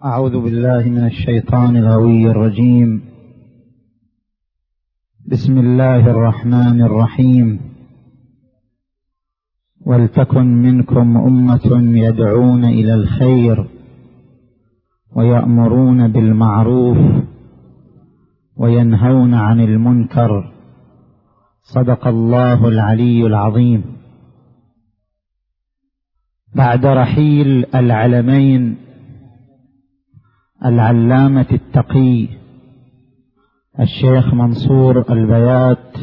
أعوذ بالله من الشيطان الغوي الرجيم. بسم الله الرحمن الرحيم. ولتكن منكم أمة يدعون إلى الخير ويأمرون بالمعروف وينهون عن المنكر. صدق الله العلي العظيم. بعد رحيل العلمين العلامة التقي الشيخ منصور البيات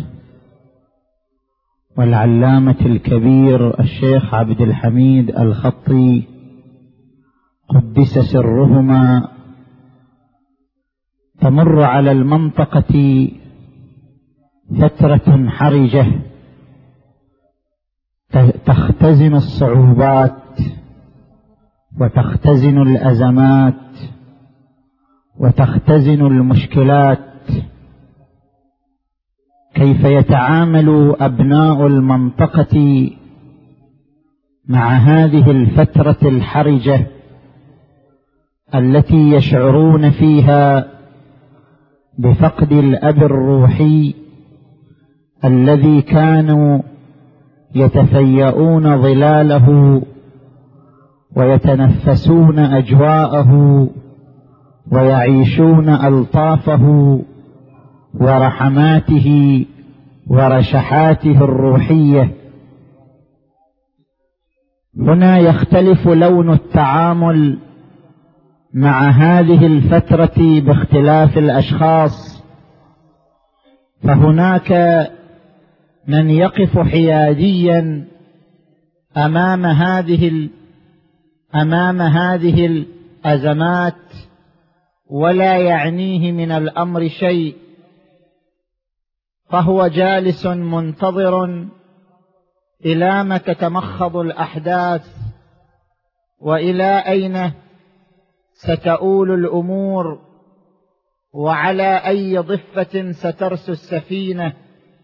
والعلامة الكبير الشيخ عبد الحميد الخطي قدس سرهما، تمر على المنطقة فترة حرجة تختزن الصعوبات وتختزن الأزمات وتختزن المشكلات. كيف يتعامل أبناء المنطقة مع هذه الفترة الحرجة التي يشعرون فيها بفقد الأب الروحي الذي كانوا يتفيئون ظلاله ويتنفسون أجواءه ويعيشون ألطافه ورحماته ورشحاته الروحية. هنا يختلف لون التعامل مع هذه الفترة باختلاف الأشخاص، فهناك من يقف حياديا أمام هذه الأزمات ولا يعنيه من الأمر شيء، فهو جالس منتظر إلى ما تتمخض الأحداث وإلى أين ستؤول الأمور وعلى أي ضفة سترسو السفينة.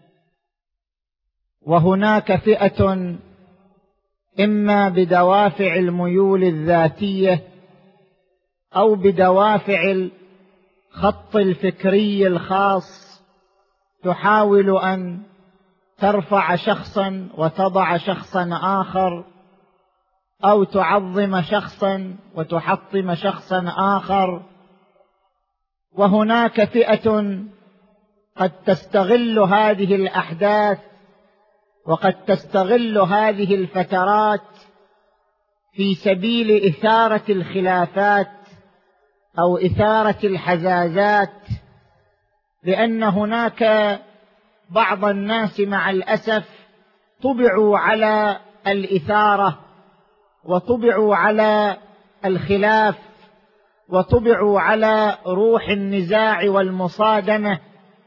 وهناك فئة إما بدوافع الميول الذاتية أو بدوافع الخط الفكري الخاص تحاول أن ترفع شخصا وتضع شخصا آخر، أو تعظم شخصا وتحطم شخصا آخر. وهناك فئة قد تستغل هذه الأحداث وقد تستغل هذه الفترات في سبيل إثارة الخلافات أو إثارة الحزازات، لأن هناك بعض الناس مع الأسف طبعوا على الإثارة وطبعوا على الخلاف وطبعوا على روح النزاع والمصادمة.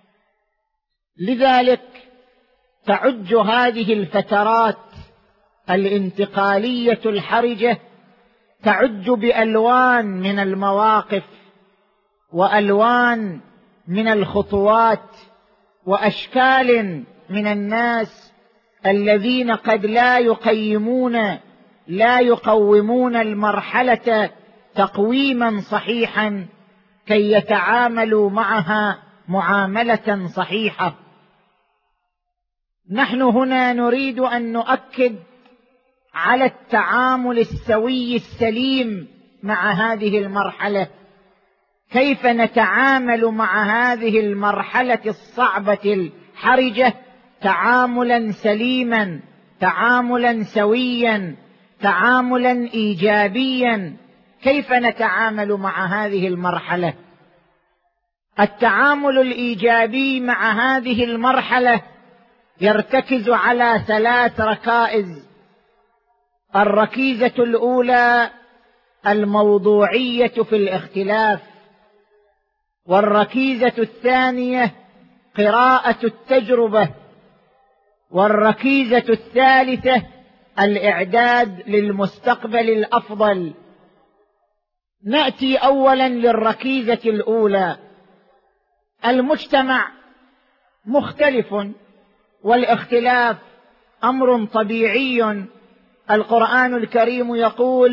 لذلك تعج هذه الفترات الانتقالية الحرجة تعج بألوان من المواقف وألوان من الخطوات وأشكال من الناس الذين قد لا يقومون المرحلة تقويما صحيحا كي يتعاملوا معها معاملة صحيحة. نحن هنا نريد أن نؤكد على التعامل السوي السليم مع هذه المرحلة. كيف نتعامل مع هذه المرحلة الصعبة الحرجة تعاملا سليما، تعاملا سويا، تعاملا إيجابيا؟ كيف نتعامل مع هذه المرحلة؟ التعامل الإيجابي مع هذه المرحلة يرتكز على 3 ركائز. الركيزة الأولى الموضوعية في الاختلاف، والركيزة الثانية قراءة التجربة، والركيزة الثالثة الإعداد للمستقبل الأفضل. نأتي أولا للركيزة الأولى. المجتمع مختلف، والاختلاف أمر طبيعي. القرآن الكريم يقول: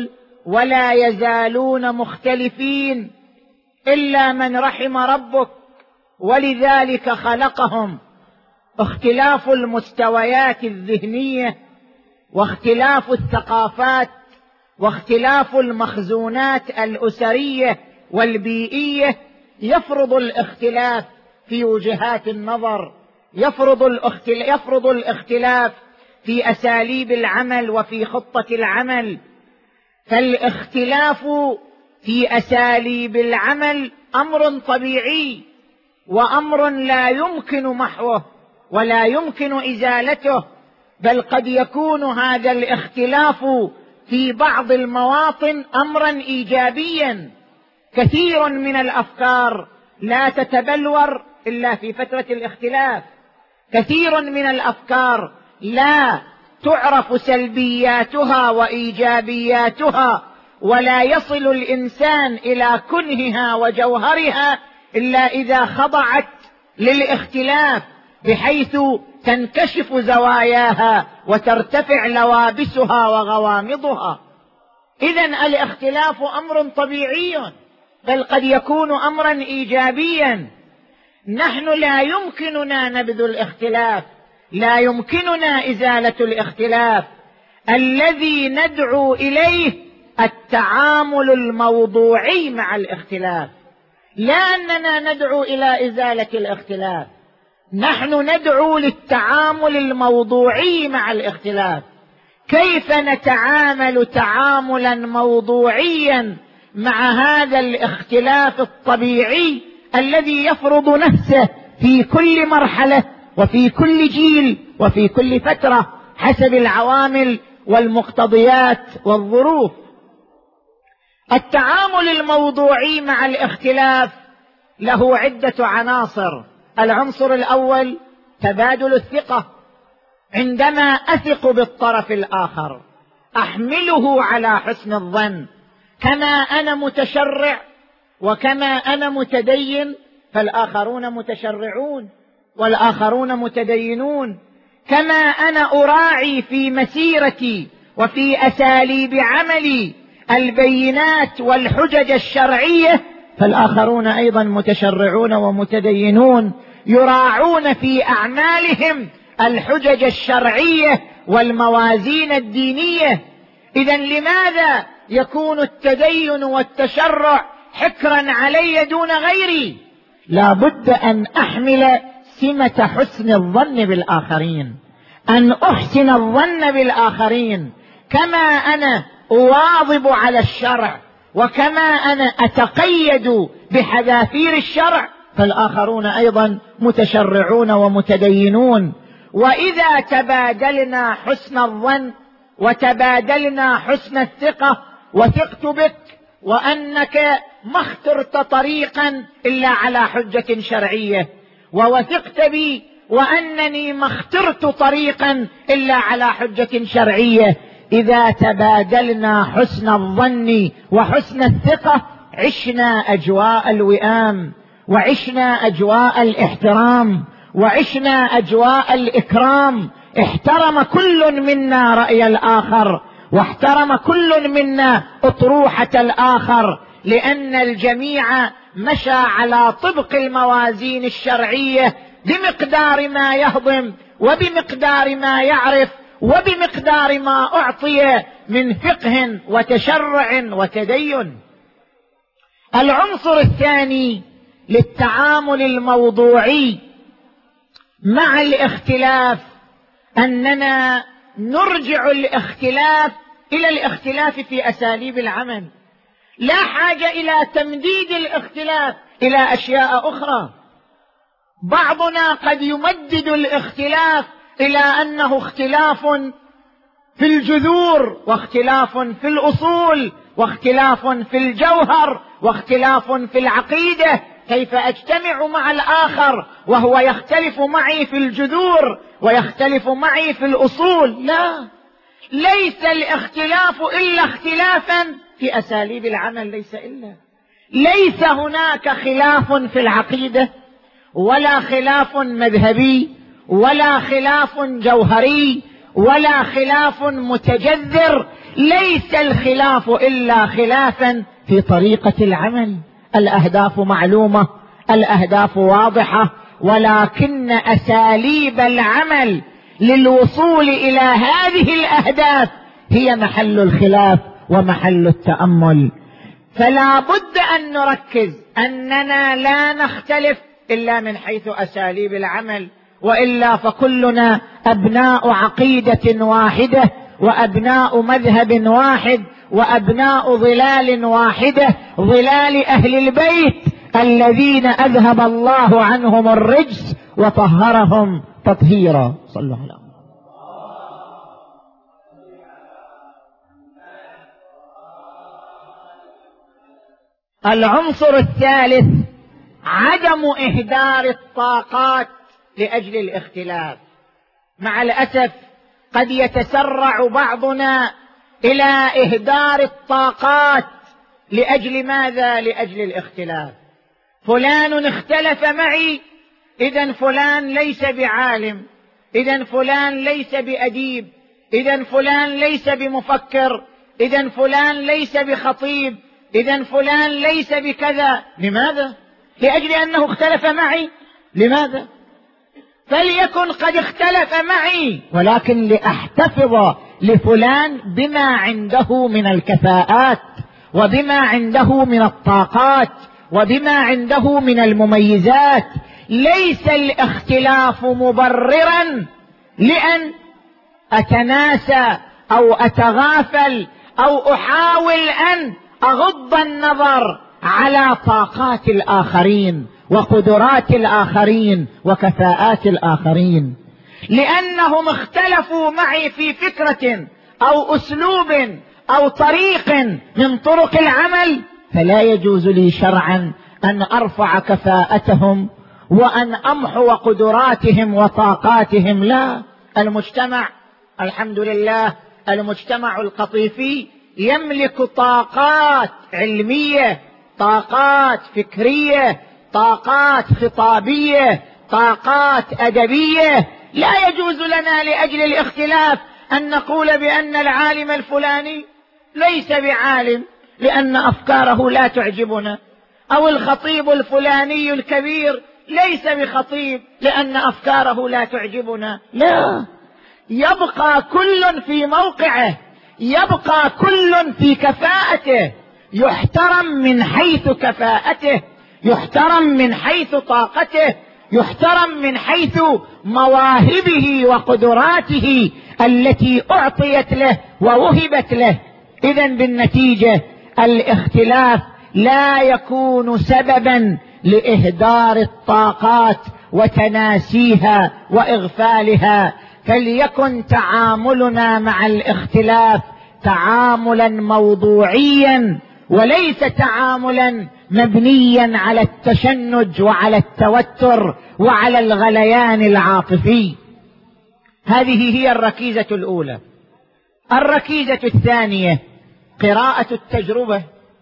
ولا يزالون مختلفين إلا من رحم ربك، ولذلك خلقهم. اختلاف المستويات الذهنية واختلاف الثقافات واختلاف المخزونات الأسرية والبيئية يفرض الاختلاف في وجهات النظر، يفرض الاختلاف في أساليب العمل وفي خطة العمل. فالاختلاف في أساليب العمل أمر طبيعي وأمر لا يمكن محوه ولا يمكن إزالته، بل قد يكون هذا الاختلاف في بعض المواطن أمرا إيجابيا. كثير من الأفكار لا تتبلور إلا في فترة الاختلاف، كثير من الأفكار لا تعرف سلبياتها وإيجابياتها، ولا يصل الإنسان إلى كنهها وجوهرها إلا إذا خضعت للاختلاف، بحيث تنكشف زواياها وترتفع لوابسها وغوامضها. إذن الاختلاف أمر طبيعي، بل قد يكون أمرا إيجابيا. نحن لا يمكننا نبذ الاختلاف، لا يمكننا إزالة الاختلاف. الذي ندعو إليه التعامل الموضوعي مع الاختلاف، لا أننا ندعو إلى إزالة الاختلاف، نحن ندعو للتعامل الموضوعي مع الاختلاف. كيف نتعامل تعاملا موضوعيا مع هذا الاختلاف الطبيعي الذي يفرض نفسه في كل مرحلة وفي كل جيل وفي كل فترة حسب العوامل والمقتضيات والظروف. التعامل الموضوعي مع الاختلاف له عدة عناصر. العنصر الأول تبادل الثقة. عندما أثق بالطرف الآخر أحمله على حسن الظن، كما أنا متشرع وكما أنا متدين فالآخرون متشرعون والآخرون متدينون، كما أنا أراعي في مسيرتي وفي أساليب عملي البينات والحجج الشرعية فالآخرون أيضا متشرعون ومتدينون، يراعون في أعمالهم الحجج الشرعية والموازين الدينية. إذن لماذا يكون التدين والتشرع حكرا علي دون غيري؟ لا بد أن أحمل سمة حسن الظن بالآخرين، أن أحسن الظن بالآخرين، كما أنا أواظب على الشرع وكما أنا أتقيد بحذافير الشرع فالآخرون أيضا متشرعون ومتدينون. وإذا تبادلنا حسن الظن وتبادلنا حسن الثقة، وثقت بك وأنك ما اخترت طريقا إلا على حجة شرعية، ووثقت بي وأنني ما اخترت طريقا إلا على حجة شرعية، إذا تبادلنا حسن الظن وحسن الثقة عشنا أجواء الوئام، وعشنا أجواء الاحترام، وعشنا أجواء الإكرام. احترم كل منا رأي الآخر، واحترم كل منا أطروحة الآخر، لأن الجميع مشى على طبق الموازين الشرعية بمقدار ما يهضم وبمقدار ما يعرف وبمقدار ما أعطي من فقه وتشرع وتدين. العنصر الثاني للتعامل الموضوعي مع الاختلاف أننا نرجع الاختلاف إلى الاختلاف في أساليب العمل. لا حاجة إلى تمديد الاختلاف إلى أشياء أخرى. بعضنا قد يمدد الاختلاف إلى أنه اختلاف في الجذور، واختلاف في الأصول، واختلاف في الجوهر، واختلاف في العقيدة. كيف أجتمع مع الآخر وهو يختلف معي في الجذور ويختلف معي في الأصول؟ لا، ليس الاختلاف إلا اختلافا في أساليب العمل، ليس هناك خلاف في العقيدة ولا خلاف مذهبي ولا خلاف جوهري ولا خلاف متجذر، ليس الخلاف إلا خلافا في طريقة العمل. الأهداف معلومة، الأهداف واضحة، ولكن أساليب العمل للوصول إلى هذه الأهداف هي محل الخلاف ومحل التأمل. فلا بد أن نركز أننا لا نختلف إلا من حيث أساليب العمل، وإلا فكلنا أبناء عقيدة واحدة، وأبناء مذهب واحد، وأبناء ظلال واحدة، ظلال أهل البيت الذين أذهب الله عنهم الرجس وطهرهم تطهيرا. صلوا على محمد. العنصر الثالث عدم إهدار الطاقات لأجل الاختلاف. مع الأسف قد يتسرع بعضنا إلى إهدار الطاقات لأجل ماذا؟ لأجل الاختلاف. فلان اختلف معي، إذن فلان ليس بعالم، إذن فلان ليس بأديب، إذن فلان ليس بمفكر، إذن فلان ليس بخطيب، إذن فلان ليس بكذا. لماذا؟ لأجل أنه اختلف معي. لماذا؟ فليكن قد اختلف معي، ولكن لأحتفظ لفلان بما عنده من الكفاءات، وبما عنده من الطاقات، وبما عنده من المميزات. ليس الاختلاف مبررا لأن أتناسى أو أتغافل أو أحاول أن أغض النظر على طاقات الآخرين وقدرات الآخرين وكفاءات الآخرين. لأنهم اختلفوا معي في فكرة أو أسلوب أو طريق من طرق العمل، فلا يجوز لي شرعا أن أرفع كفاءتهم وأن أمحو قدراتهم وطاقاتهم. لا، المجتمع الحمد لله المجتمع القطيفي يملك طاقات علمية، طاقات فكرية، طاقات خطابية، طاقات أدبية. لا يجوز لنا لأجل الاختلاف أن نقول بأن العالم الفلاني ليس بعالم لأن أفكاره لا تعجبنا، أو الخطيب الفلاني الكبير ليس بخطيب لأن أفكاره لا تعجبنا. لا، يبقى كل في موقعه، يبقى كل في كفاءته، يحترم من حيث كفاءته، يحترم من حيث طاقته، يحترم من حيث مواهبه وقدراته التي أعطيت له ووهبت له. إذن بالنتيجة الاختلاف لا يكون سببا لإهدار الطاقات وتناسيها وإغفالها. فليكن تعاملنا مع الاختلاف تعاملا موضوعيا، وليس تعاملا مبنيا على التشنج وعلى التوتر وعلى الغليان العاطفي. هذه هي الركيزة الأولى. الركيزة الثانية قراءة التجربة.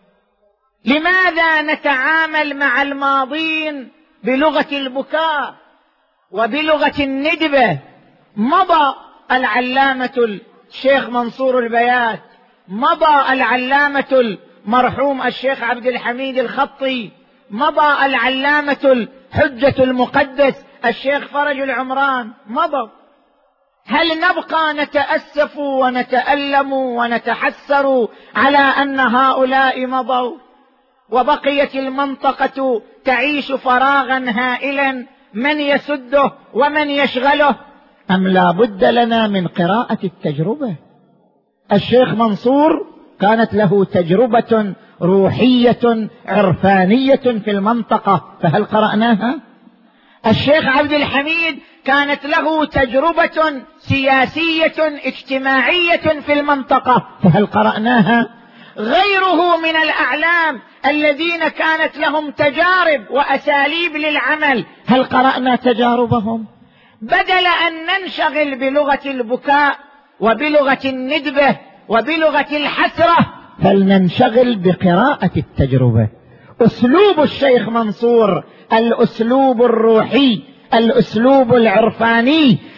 لماذا نتعامل مع الماضين بلغة البكاء وبلغة الندبة؟ مضى العلامة الشيخ منصور البيات، مضى العلامة المرحوم الشيخ عبد الحميد الخطي، مضى العلامة الحجة المقدس الشيخ فرج العمران، مضى. هل نبقى نتأسف ونتألم ونتحسر على أن هؤلاء مضوا وبقيت المنطقة تعيش فراغا هائلا من يسده ومن يشغله؟ أم لا بد لنا من قراءة التجربة؟ الشيخ منصور كانت له تجربة روحية عرفانية في المنطقة، فهل قرأناها؟ الشيخ عبد الحميد كانت له تجربة سياسية اجتماعية في المنطقة، فهل قرأناها؟ غيره من الأعلام الذين كانت لهم تجارب وأساليب للعمل، هل قرأنا تجاربهم؟ بدل أن ننشغل بلغة البكاء وبلغة الندبة وبلغة الحسرة، فلننشغل بقراءة التجربة. أسلوب الشيخ منصور الأسلوب الروحي، الأسلوب العرفاني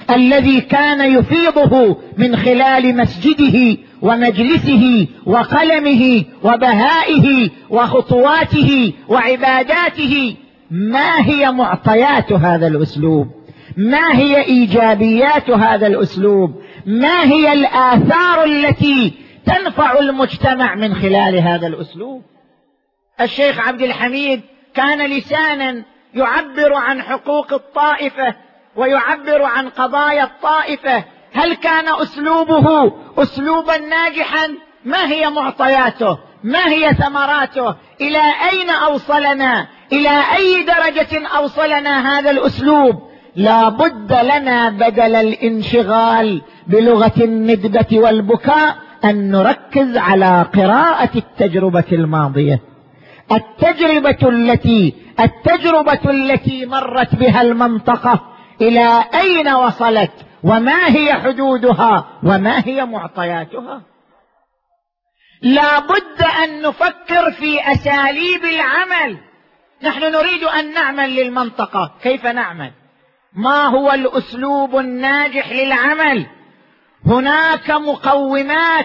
الذي كان يفيضه من خلال مسجده ومجلسه وقلمه وبهائه وخطواته وعباداته. ما هي معطيات هذا الأسلوب؟ ما هي إيجابيات هذا الأسلوب؟ ما هي الآثار التي تنفع المجتمع من خلال هذا الأسلوب؟ الشيخ عبد الحميد كان لسانا يعبر عن حقوق الطائفة ويعبر عن قضايا الطائفة. هل كان أسلوبه أسلوبا ناجحا؟ ما هي معطياته؟ ما هي ثمراته؟ إلى أين أوصلنا؟ إلى أي درجة أوصلنا هذا الأسلوب؟ لا بد لنا بدل الانشغال بلغة الندبة والبكاء أن نركز على قراءة التجربة الماضية، التجربة التي مرت بها المنطقة، إلى أين وصلت، وما هي حدودها، وما هي معطياتها. لا بد أن نفكر في أساليب العمل. نحن نريد أن نعمل للمنطقة، كيف نعمل؟ ما هو الأسلوب الناجح للعمل؟ هناك مقومات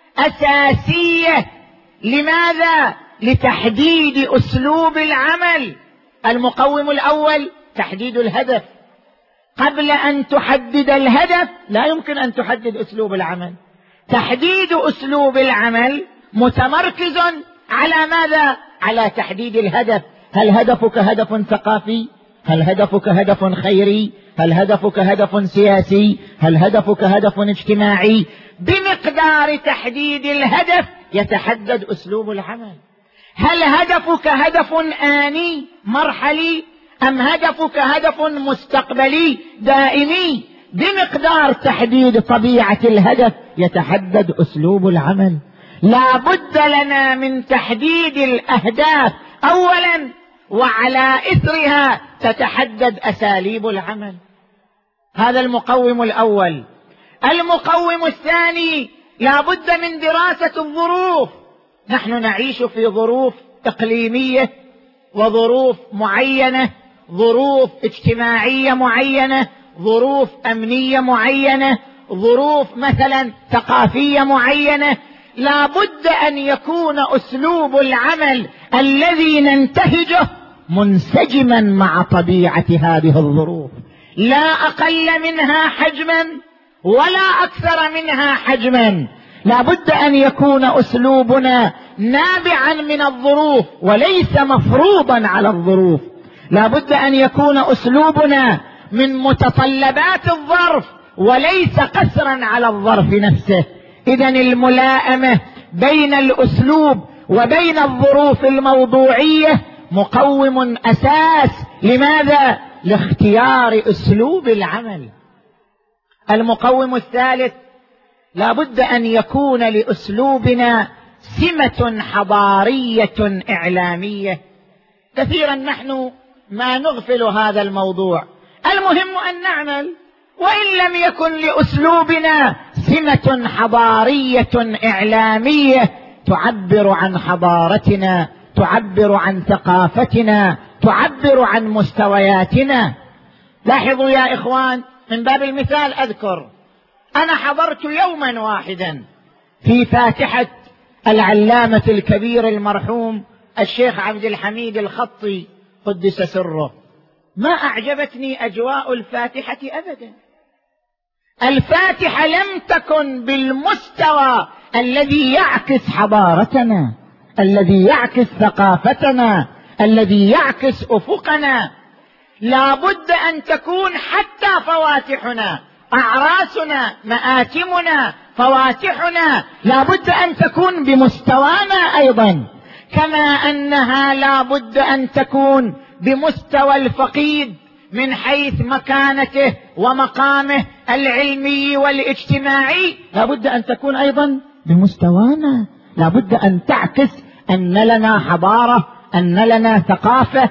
أساسية. لماذا؟ لتحديد أسلوب العمل. المقوم الأول تحديد الهدف. قبل أن تحدد الهدف لا يمكن أن تحدد أسلوب العمل. تحديد أسلوب العمل متمركز على ماذا؟ على تحديد الهدف. هل هدفك هدف ثقافي؟ هل هدفك هدف خيري؟ هل هدفك هدف سياسي؟ هل هدفك هدف اجتماعي؟ بمقدار تحديد الهدف يتحدد أسلوب العمل. هل هدفك هدف آني مرحلي أم هدفك هدف مستقبلي دائمي؟ بمقدار تحديد طبيعة الهدف يتحدد أسلوب العمل. لا بد لنا من تحديد الأهداف أولا، وعلى إثرها تتحدد أساليب العمل. هذا المقوم الأول. المقوم الثاني لا بد من دراسة الظروف. نحن نعيش في ظروف إقليمية وظروف معينة، ظروف اجتماعية معينة، ظروف أمنية معينة، ظروف مثلا ثقافية معينة. لا بد أن يكون أسلوب العمل الذي ننتهجه منسجما مع طبيعة هذه الظروف، لا أقل منها حجما ولا أكثر منها حجما. لا بد أن يكون أسلوبنا نابعا من الظروف وليس مفروضا على الظروف. لا بد أن يكون أسلوبنا من متطلبات الظرف وليس قسرا على الظرف نفسه. إذن الملائمة بين الأسلوب وبين الظروف الموضوعية مقوم أساس. لماذا؟ لاختيار أسلوب العمل. المقوم الثالث لا بد أن يكون لأسلوبنا سمة حضارية إعلامية. كثيرا نحن ما نغفل هذا الموضوع. المهم أن نعمل، وإن لم يكن لأسلوبنا سمة حضارية إعلامية تعبر عن حضارتنا، تعبر عن ثقافتنا، تعبر عن مستوياتنا. لاحظوا يا إخوان، من باب المثال أذكر أنا حضرت يوما واحدا في فاتحة العلامة الكبير المرحوم الشيخ عبد الحميد الخطي قدس سره. ما أعجبتني أجواء الفاتحة أبدا. الفاتحة لم تكن بالمستوى الذي يعكس حضارتنا، الذي يعكس ثقافتنا، الذي يعكس أفقنا. لا بد أن تكون حتى فواتحنا، أعراسنا، مآتمنا، فواتحنا لا بد أن تكون بمستوانا أيضا، كما أنها لا بد أن تكون بمستوى الفقيد من حيث مكانته ومقامه العلمي والاجتماعي. لا بد أن تكون أيضا بمستوانا. لا بد أن تعكس أن لنا حضارة، أن لنا ثقافة،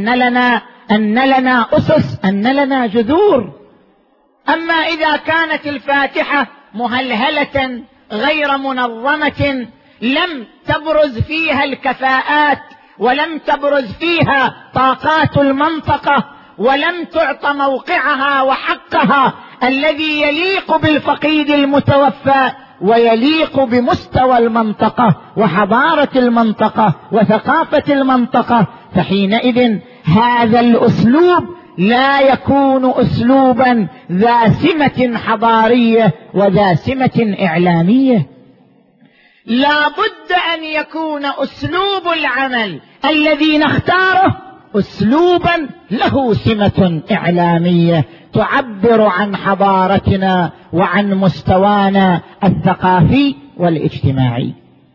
أن لنا أسس، أن لنا جذور. أما إذا كانت الفاتحة مهلهلة غير منظمة، لم تبرز فيها الكفاءات ولم تبرز فيها طاقات المنطقة ولم تعط موقعها وحقها الذي يليق بالفقيد المتوفى ويليق بمستوى المنطقة وحضارة المنطقة وثقافة المنطقة، فحينئذ هذا الأسلوب لا يكون أسلوبا ذا سمة حضارية وذا سمة إعلامية. لا بد أن يكون أسلوب العمل الذي نختاره أسلوبا له سمة إعلامية تعبر عن حضارتنا وعن مستوانا الثقافي والاجتماعي.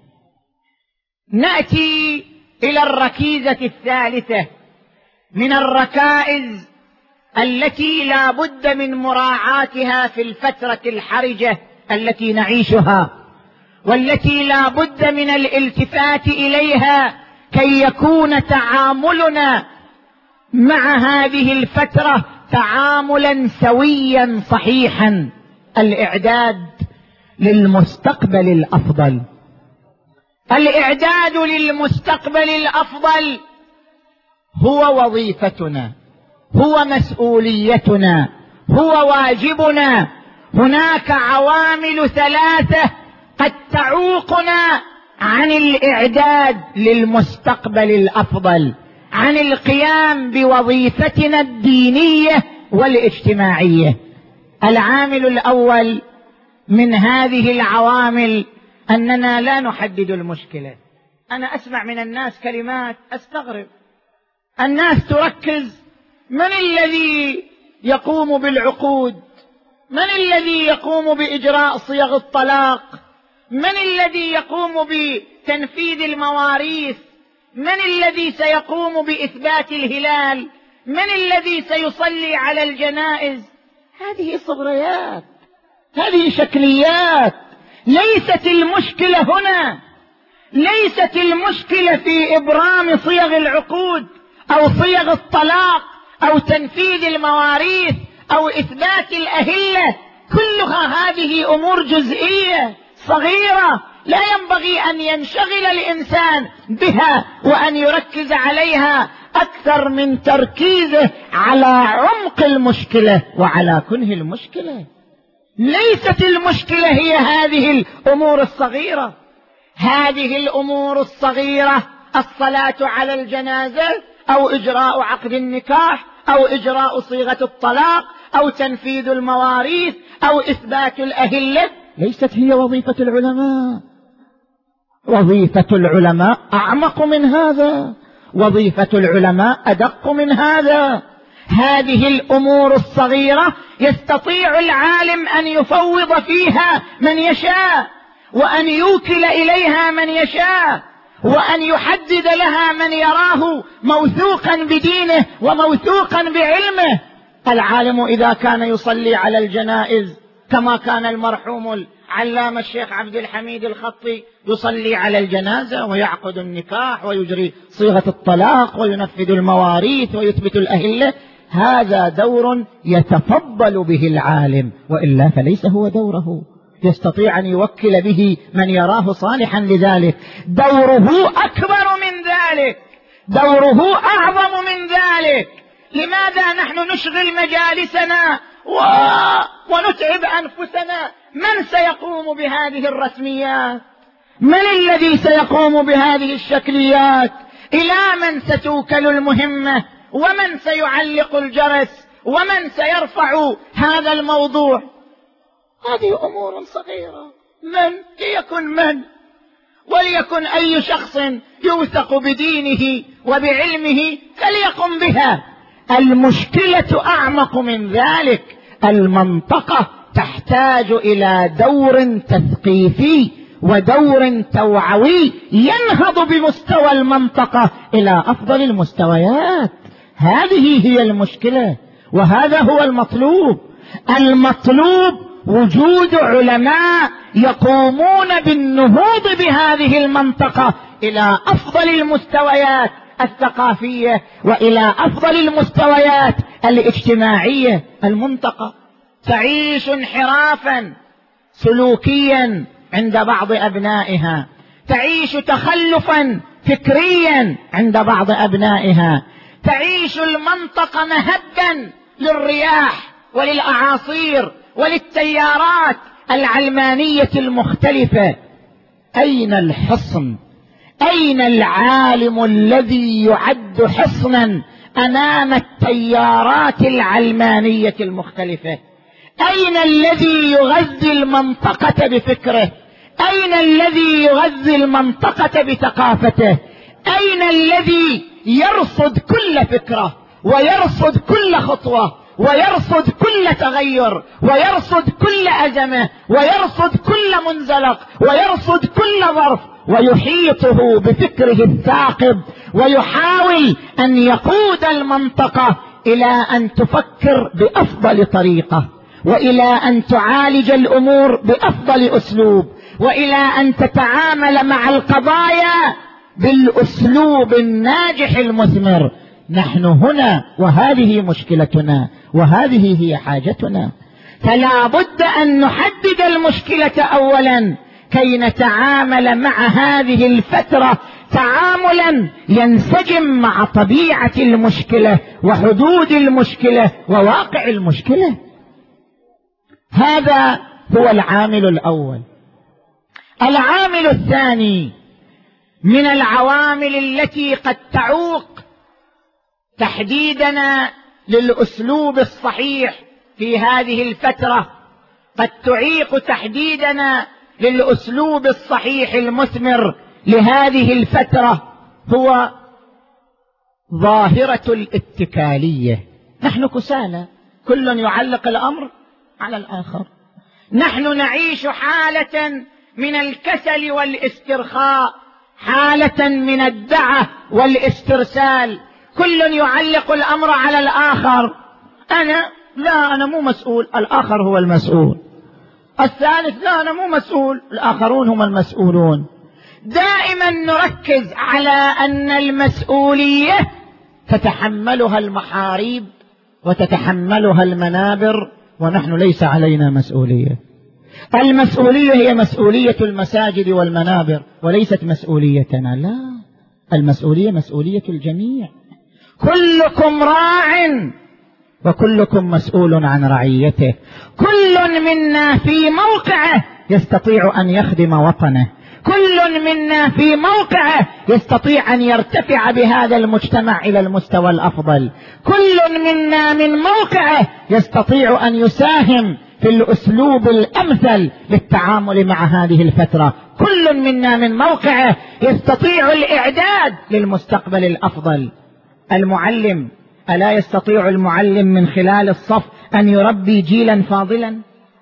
نأتي إلى الركيزة الثالثة من الركائز التي لا بد من مراعاتها في الفترة الحرجة التي نعيشها، والتي لا بد من الالتفات إليها كي يكون تعاملنا مع هذه الفترة تعاملا سويا صحيحا. الإعداد للمستقبل الأفضل. الإعداد للمستقبل الأفضل هو وظيفتنا، هو مسؤوليتنا، هو واجبنا. هناك عوامل ثلاثة قد تعوقنا عن الإعداد للمستقبل الأفضل، عن القيام بوظيفتنا الدينية والاجتماعية. العامل الأول من هذه العوامل أننا لا نحدد المشكلة. أنا أسمع من الناس كلمات أستغرب. الناس تركز: من الذي يقوم بالعقود؟ من الذي يقوم بإجراء صيغ الطلاق؟ من الذي يقوم بتنفيذ المواريث؟ من الذي سيقوم بإثبات الهلال؟ من الذي سيصلي على الجنائز؟ هذه صغريات، هذه شكليات. ليست المشكلة هنا، ليست المشكلة في إبرام صيغ العقود أو صيغ الطلاق أو تنفيذ المواريث أو إثبات الأهلة. كلها هذه أمور جزئية صغيرة لا ينبغي أن ينشغل الإنسان بها وأن يركز عليها أكثر من تركيزه على عمق المشكلة وعلى كنه المشكلة. ليست المشكلة هي هذه الأمور الصغيرة. هذه الأمور الصغيرة: الصلاة على الجنازة أو إجراء عقد النكاح أو إجراء صيغة الطلاق أو تنفيذ المواريث أو إثبات الأهلة، ليست هي وظيفة العلماء. وظيفة العلماء أعمق من هذا، وظيفة العلماء أدق من هذا. هذه الأمور الصغيرة يستطيع العالم أن يفوض فيها من يشاء، وأن يوكل إليها من يشاء، وأن يحدد لها من يراه موثوقا بدينه وموثوقا بعلمه. العالم إذا كان يصلي على الجنائز كما كان المرحوم العلامة الشيخ عبد الحميد الخطي يصلي على الجنازة ويعقد النكاح ويجري صيغة الطلاق وينفذ المواريث ويثبت الأهلة، هذا دور يتفضل به العالم، وإلا فليس هو دوره. يستطيع أن يوكل به من يراه صالحا لذلك. دوره أكبر من ذلك، دوره أعظم من ذلك. لماذا نحن نشغل مجالسنا ونتعب أنفسنا؟ من سيقوم بهذه الرسميات؟ من الذي سيقوم بهذه الشكليات؟ إلى من ستوكل المهمة؟ ومن سيعلق الجرس؟ ومن سيرفع هذا الموضوع؟ هذه أمور صغيرة. من ليكن من، وليكن أي شخص يوثق بدينه وبعلمه فليقم بها. المشكلة أعمق من ذلك. المنطقة تحتاج إلى دور تثقيفي ودور توعوي ينهض بمستوى المنطقة إلى أفضل المستويات. هذه هي المشكلة، وهذا هو المطلوب. المطلوب وجود علماء يقومون بالنهوض بهذه المنطقة إلى أفضل المستويات الثقافية وإلى أفضل المستويات الاجتماعية. المنطقة تعيش انحرافا سلوكيا عند بعض أبنائها، تعيش تخلفا فكريا عند بعض أبنائها، تعيش المنطقة مهبا للرياح وللأعاصير وللتيارات العلمانية المختلفة. أين الحصن؟ أين العالم الذي يعد حصنا أمام التيارات العلمانية المختلفة؟ أين الذي يغذي المنطقة بفكره؟ أين الذي يغذي المنطقة بثقافته؟ أين الذي يرصد كل فكرة ويرصد كل خطوة ويرصد كل تغير ويرصد كل أزمة ويرصد كل منزلق ويرصد كل ظرف ويحيطه بفكره الثاقب ويحاول أن يقود المنطقة إلى أن تفكر بأفضل طريقة، وإلى أن تعالج الأمور بأفضل أسلوب، وإلى أن تتعامل مع القضايا بالأسلوب الناجح المثمر. نحن هنا وهذه مشكلتنا وهذه هي حاجتنا. فلا بد أن نحدد المشكلة أولا كي نتعامل مع هذه الفترة تعاملا ينسجم مع طبيعة المشكلة وحدود المشكلة وواقع المشكلة. هذا هو العامل الأول. العامل الثاني من العوامل التي قد تعوق تحديدنا للأسلوب الصحيح في هذه الفترة، قد تعيق تحديدنا للأسلوب الصحيح المثمر لهذه الفترة، هو ظاهرة الاتكالية. نحن كسالى، كل يعلق الأمر على الآخر. نحن نعيش حالة من الكسل والاسترخاء، حالة من الدعة والاسترسال. كل يعلق الأمر على الآخر. أنا مو مسؤول، الآخر هو المسؤول. الثالث لا، أنا مو مسؤول، الآخرون هم المسؤولون. دائما نركز على أن المسؤولية تتحملها المحاريب وتتحملها المنابر، ونحن ليس علينا مسؤولية. المسؤولية هي مسؤولية المساجد والمنابر وليست مسؤوليتنا. لا، المسؤولية مسؤولية الجميع. كلكم راع وكلكم مسؤول عن رعيته. كل منا في موقعه يستطيع أن يخدم وطنه، كل منا في موقعه يستطيع أن يرتفع بهذا المجتمع إلى المستوى الأفضل. كل منا من موقعه يستطيع أن يساهم في الأسلوب الأمثل للتعامل مع هذه الفترة. كل منا من موقعه يستطيع الإعداد للمستقبل الأفضل. المعلم، ألا يستطيع المعلم من خلال الصف أن يربي جيلا فاضلا؟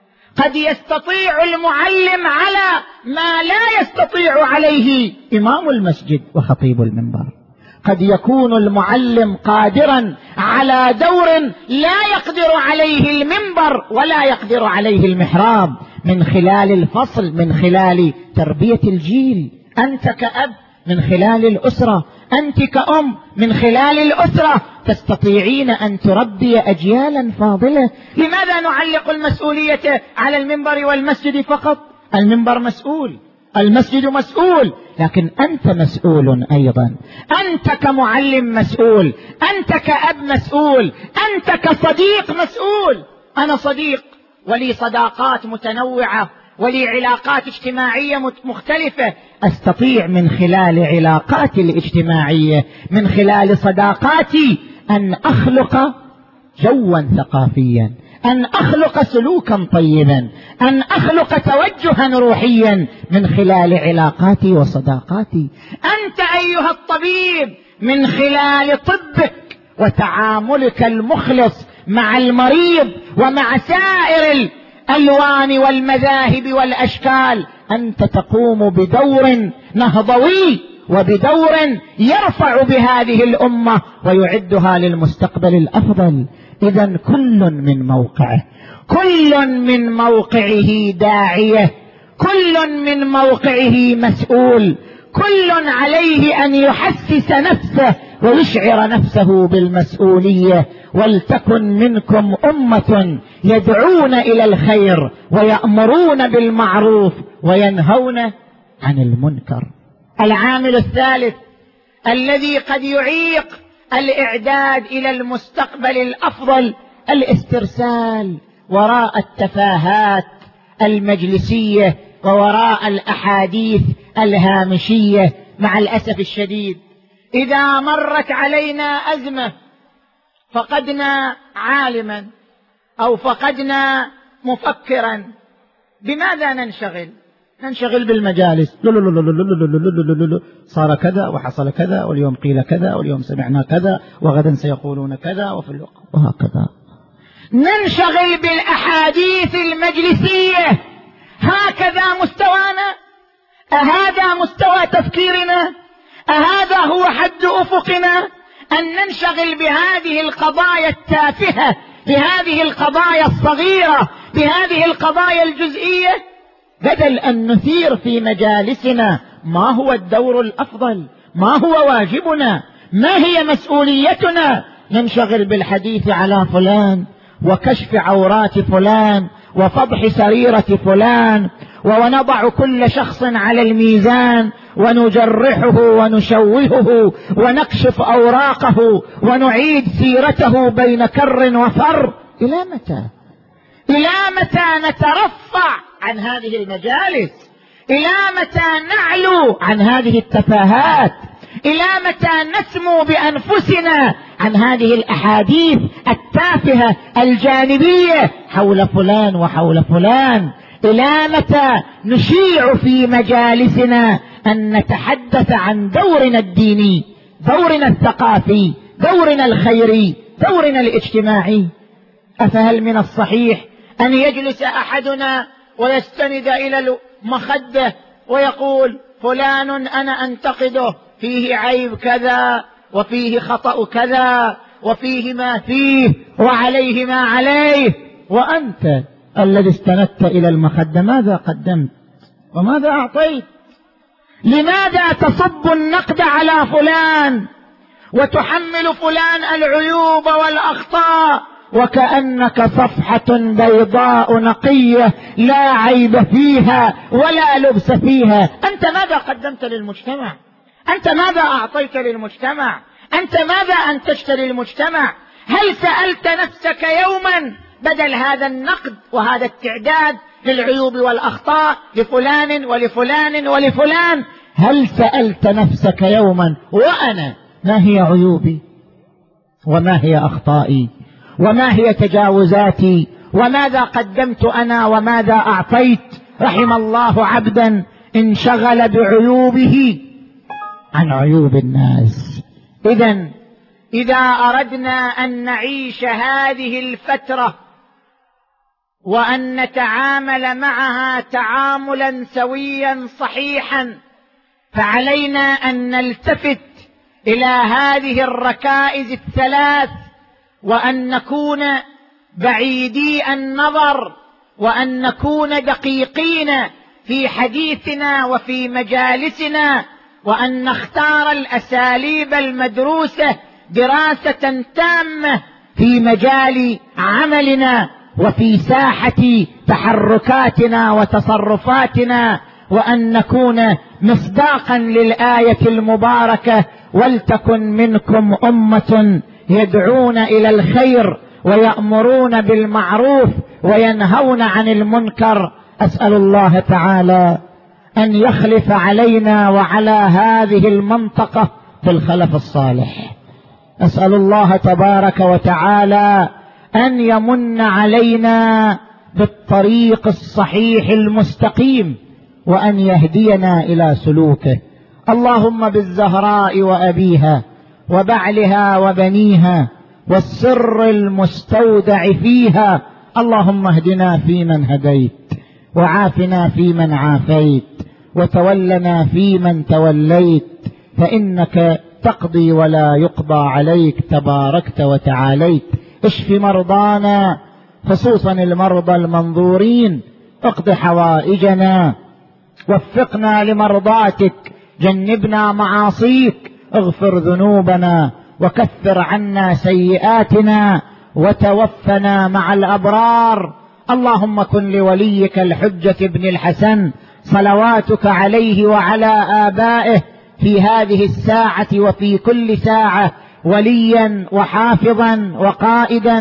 قد يستطيع المعلم على ما لا يستطيع عليه إمام المسجد وخطيب المنبر. قد يكون المعلم قادرا على دور لا يقدر عليه المنبر ولا يقدر عليه المحراب، من خلال الفصل، من خلال تربية الجيل. أنت كأب من خلال الأسرة، أنت كأم من خلال الأسرة تستطيعين أن تربي أجيالا فاضلة. لماذا نعلق المسؤولية على المنبر والمسجد فقط؟ المنبر مسؤول، المسجد مسؤول، لكن أنت مسؤول أيضا. أنت كمعلم مسؤول، أنت كأب مسؤول، أنت كصديق مسؤول. أنا صديق ولي صداقات متنوعة ولي علاقات اجتماعية مختلفة. أستطيع من خلال علاقاتي الاجتماعية، من خلال صداقاتي، أن أخلق جوا ثقافيا، أن أخلق سلوكا طيبا، أن أخلق توجها روحيا من خلال علاقاتي وصداقاتي. أنت أيها الطبيب من خلال طبك وتعاملك المخلص مع المريض ومع سائر الألوان والمذاهب والأشكال، أنت تقوم بدور نهضوي وبدور يرفع بهذه الأمة ويعدها للمستقبل الأفضل. إذن كل من موقعه، كل من موقعه داعية، كل من موقعه مسؤول، كل عليه أن يحسس نفسه ويشعر نفسه بالمسؤولية. ولتكن منكم أمة يدعون إلى الخير ويأمرون بالمعروف وينهون عن المنكر. العامل الثالث الذي قد يعيق الإعداد إلى المستقبل الأفضل الاسترسال وراء التفاهات المجلسية ووراء الأحاديث الهامشية. مع الأسف الشديد إذا مرت علينا أزمة، فقدنا عالما أو فقدنا مفكرا، بماذا ننشغل بالمجالس. صار كذا وحصل كذا واليوم قيل كذا واليوم سمعنا كذا وغدا سيقولون كذا وهكذا. ننشغل بالأحاديث المجلسية. هكذا مستوانا؟ أهذا مستوى تفكيرنا؟ أهذا هو حد أفقنا؟ أن ننشغل بهذه القضايا التافهة، بهذه القضايا الصغيرة، بهذه القضايا الجزئية، بدل أن نثير في مجالسنا ما هو الدور الأفضل، ما هو واجبنا، ما هي مسؤوليتنا. ننشغل بالحديث على فلان وكشف عورات فلان وفضح سريرة فلان، ونضع كل شخص على الميزان ونجرحه ونشوهه ونكشف أوراقه ونعيد سيرته بين كر وفر. إلى متى؟ إلى متى نترفع عن هذه المجالس؟ إلى متى نعلو عن هذه التفاهات؟ إلى متى نسمو بأنفسنا عن هذه الأحاديث التافهة الجانبية حول فلان وحول فلان؟ إلى متى نشيع في مجالسنا أن نتحدث عن دورنا الديني، دورنا الثقافي، دورنا الخيري، دورنا الاجتماعي؟ أفهل من الصحيح أن يجلس أحدنا ويستند إلى المخدة ويقول فلان أنا أنتقده، فيه عيب كذا وفيه خطأ كذا وفيه ما فيه وعليه ما عليه، وأنت الذي استندت إلى المخدة ماذا قدمت وماذا أعطيت؟ لماذا تصب النقد على فلان وتحمل فلان العيوب والأخطاء وكأنك صفحة بيضاء نقية لا عيب فيها ولا لبس فيها؟ أنت ماذا قدمت للمجتمع؟ أنت ماذا أعطيت للمجتمع؟ أنت ماذا أنتجت للمجتمع؟ هل سألت نفسك يوما بدل هذا النقد وهذا التعداد للعيوب والأخطاء لفلان ولفلان ولفلان، هل سألت نفسك يوما وأنا ما هي عيوبي وما هي أخطائي وما هي تجاوزاتي وماذا قدمت أنا وماذا أعطيت؟ رحم الله عبدا انشغل بعيوبه عن عيوب الناس. إذا أردنا أن نعيش هذه الفترة وأن نتعامل معها تعاملا سويا صحيحا، فعلينا أن نلتفت إلى هذه الركائز الثلاث، وأن نكون بعيدي النظر، وأن نكون دقيقين في حديثنا وفي مجالسنا، وأن نختار الأساليب المدروسة دراسة تامة في مجال عملنا وفي ساحة تحركاتنا وتصرفاتنا، وأن نكون مصداقا للآية المباركة: ولتكن منكم أمة يدعون إلى الخير ويأمرون بالمعروف وينهون عن المنكر. أسأل الله تعالى أن يخلف علينا وعلى هذه المنطقة بالخلف الصالح. أسأل الله تبارك وتعالى أن يمن علينا بالطريق الصحيح المستقيم وأن يهدينا إلى سلوكه. اللهم بالزهراء وأبيها وبعلها وبنيها والسر المستودع فيها، اللهم اهدنا فيمن هديت، وعافنا فيمن عافيت، وتولنا فيمن توليت، فإنك تقضي ولا يقضى عليك، تباركت وتعاليت. اشف مرضانا خصوصا المرضى المنظورين، اقض حوائجنا، وفقنا لمرضاتك، جنبنا معاصيك، اغفر ذنوبنا وكفر عنا سيئاتنا وتوفنا مع الأبرار. اللهم كن لوليك الحجة ابن الحسن صلواتك عليه وعلى آبائه في هذه الساعة وفي كل ساعة وليا وحافظا وقائدا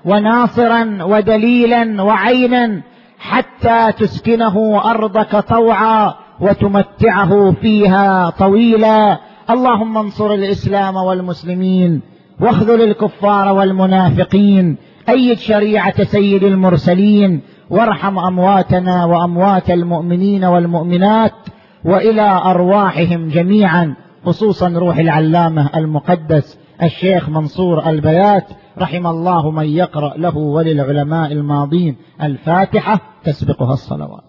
وناصرا ودليلا وعينا حتى تسكنه أرضك طوعا وتمتعه فيها طويلا. اللهم انصر الإسلام والمسلمين واخذل الكفار والمنافقين، أيد شريعة سيد المرسلين، وارحم أمواتنا وأموات المؤمنين والمؤمنات، وإلى أرواحهم جميعا، خصوصا روح العلامة المقدس الشيخ منصور البيات، رحم الله من يقرأ له وللعلماء الماضين الفاتحة تسبقها الصلوات.